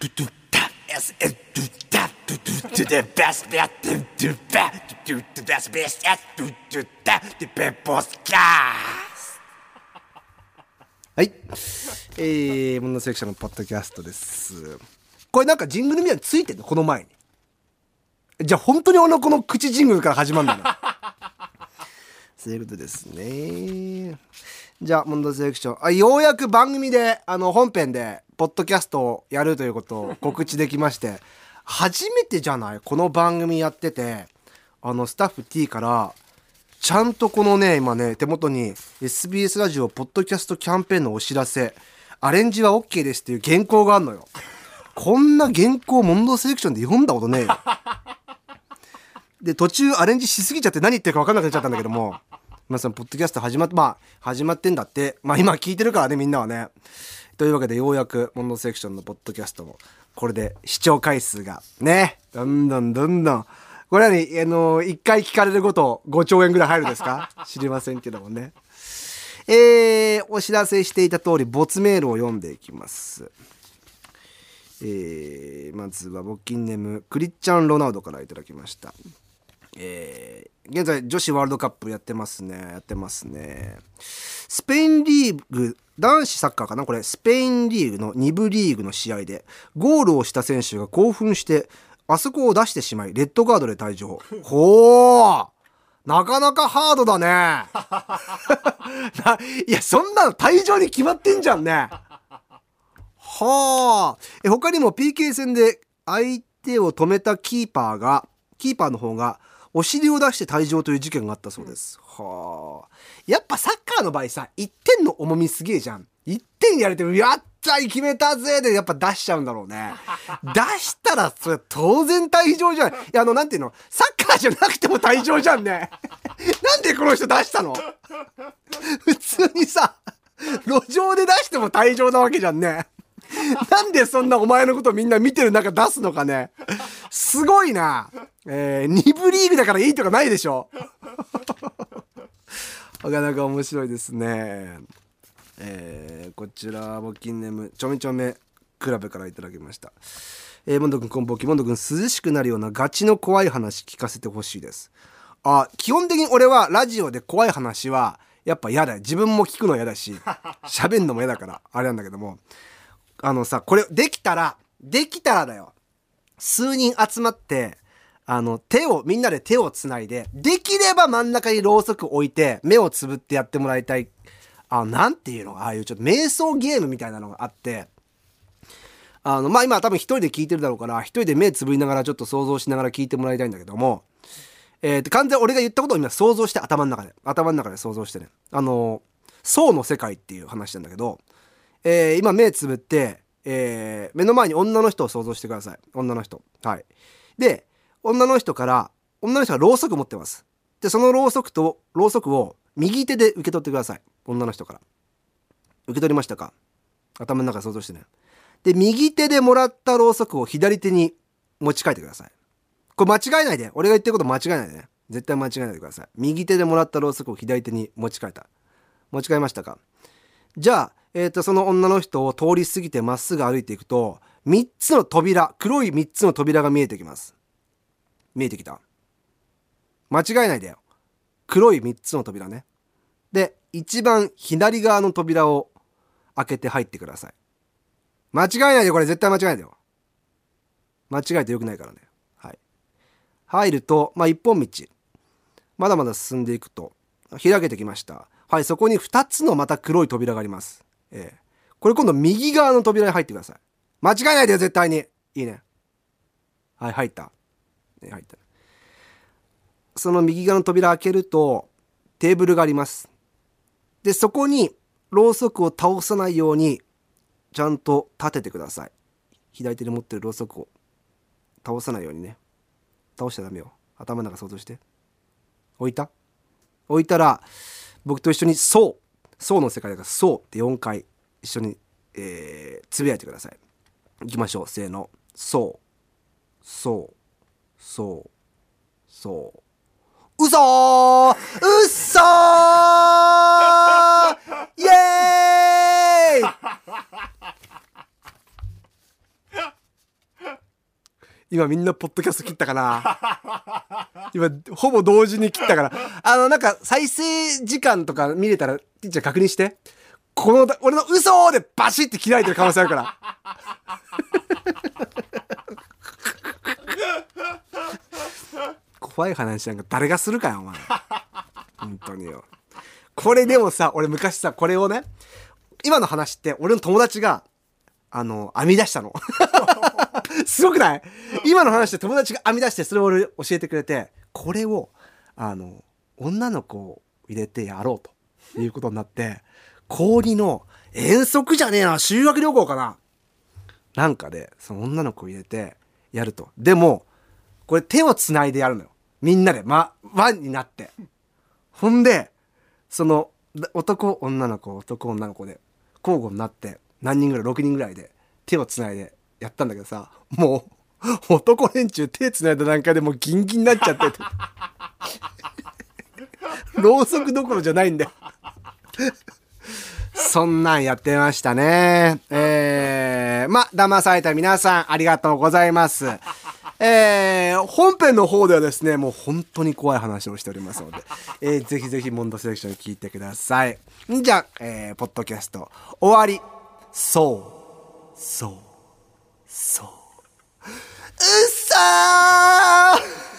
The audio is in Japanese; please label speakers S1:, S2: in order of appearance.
S1: はい、モノセクションのポッドキャストです。これなんかジングルみたいについてんのこの前に。じゃあ本当に俺のこの口ジングルから始まるんだな。そういうことですね。じゃあモノセクション、ようやく番組で本編でポッドキャストをやるということを告知できまして初めてじゃないこの番組やってて、スタッフ T からちゃんとこのね今ね手元に SBS ラジオポッドキャストキャンペーンのお知らせ、アレンジは OK ですっていう原稿があるのよ。こんな原稿モンドセレクションで読んだことねえよ。で途中アレンジしすぎちゃって何言ってるか分かんなくなっちゃったんだけども、そのポッドキャスト始まってんだって。今聞いてるからねみんなはね。というわけでようやくモンドセレクションのポッドキャストもこれで視聴回数がねどんどんこれらに1回聞かれるごと5兆円ぐらい入るんですか知りませんけどもね。お知らせしていた通りボツメールを読んでいきます。まずは募金ネームクリッチャン・ロナウドからいただきました。現在女子ワールドカップやってますね。スペインリーグ男子サッカーかな、これスペインリーグの2部リーグの試合でゴールをした選手が興奮してあそこを出してしまいレッドカードで退場。ほー、なかなかハードだね。いやそんなの退場に決まってんじゃんね。はあ。他にも PK 戦で相手を止めたキーパーの方がお尻を出して退場という事件があったそうです。はあ。やっぱサッカーの場合さ1点の重みすげえじゃん。1点やれてやった決めたぜでやっぱ出しちゃうんだろうね。出したらそれ当然退場じゃん。いやなんていうの、サッカーじゃなくても退場じゃんね。なんでこの人出したの。普通にさ路上で出しても退場なわけじゃんね。なんでそんなお前のことみんな見てる中出すのかね。すごいな。2部リーグだからいいとかないでしょ。なかなか面白いですね。こちら募金ネームちょめちょめクラブからいただきました。モンド君こんぼき、モンド君涼しくなるようなガチの怖い話聞かせてほしいです。基本的に俺はラジオで怖い話はやっぱ嫌だよ。自分も聞くの嫌だし喋んのも嫌だからあれなんだけども、これできたらだよ、数人集まってみんなで手をつないで、できれば真ん中にろうそく置いて目をつぶってやってもらいたい。なんていうの、ああいうちょっと瞑想ゲームみたいなのがあって、今多分一人で聞いてるだろうから一人で目つぶりながらちょっと想像しながら聞いてもらいたいんだけども、完全に俺が言ったことを今想像して頭の中で想像してね、層の世界っていう話なんだけど、今目つぶって、目の前に女の人を想像してください。女の人、はい。で女の人がろうそく持ってます。でそのろうそくを右手で受け取ってください。女の人から受け取りましたか。頭の中で想像してね。で右手でもらったろうそくを左手に持ち替えてください。これ間違えないで、俺が言ってること間違えないでね。絶対間違えないでください。右手でもらったろうそくを左手に持ち替えましたか。じゃあ、その女の人を通り過ぎてまっすぐ歩いていくと3つの扉、黒い3つの扉が見えてきます。見えてきた。間違えないでよ。黒い3つの扉ね。で一番左側の扉を開けて入ってください。間違えないで、これ絶対間違えないでよ。間違えてよくないからね。はい。入ると一本道、まだまだ進んでいくと開けてきました。はい、そこに2つのまた黒い扉があります。これ今度右側の扉に入ってください。間違えないでよ絶対に。いいね。はい、入った。入った。その右側の扉開けるとテーブルがあります。でそこにろうそくを倒さないようにちゃんと立ててください。左手に持ってるろうそくを倒さないようにね。倒しちゃダメよ。頭の中想像して。置いたら僕と一緒にそうの世界だからそうって4回一緒に、つぶやいてください。いきましょう。せーの。そう嘘ーイエーイ今みんなポッドキャスト切ったかな。今ほぼ同時に切ったから、なんか再生時間とか見れたらティッチャー確認して。この俺の嘘でバシッて切られてる可能性あるから。怖い話なんか誰がするかよお前。本当によ。これでもさ、俺昔さ、これをね、今の話って俺の友達が編み出したの。すごくない？今の話で友達が編み出してそれを俺教えてくれて、これを女の子を入れてやろうということになって、高2の遠足じゃねえな、修学旅行かな、なんかでその女の子を入れてやると。でもこれ手をつないでやるのよ、みんなで輪になって。ほんでその男女の子男女の子で交互になって何人ぐらい6人ぐらいで手をつないでやったんだけどさ、もう男連中手つないだ段階でもうギンギンになっちゃっててろうそくどころじゃないんだよ。そんなんやってましたね。騙された皆さんありがとうございます。本編の方ではですね、もう本当に怖い話をしておりますので、ぜひぜひモンドセレクション聞いてください。じゃあ、ポッドキャスト終わり。そうそうそう、うっそー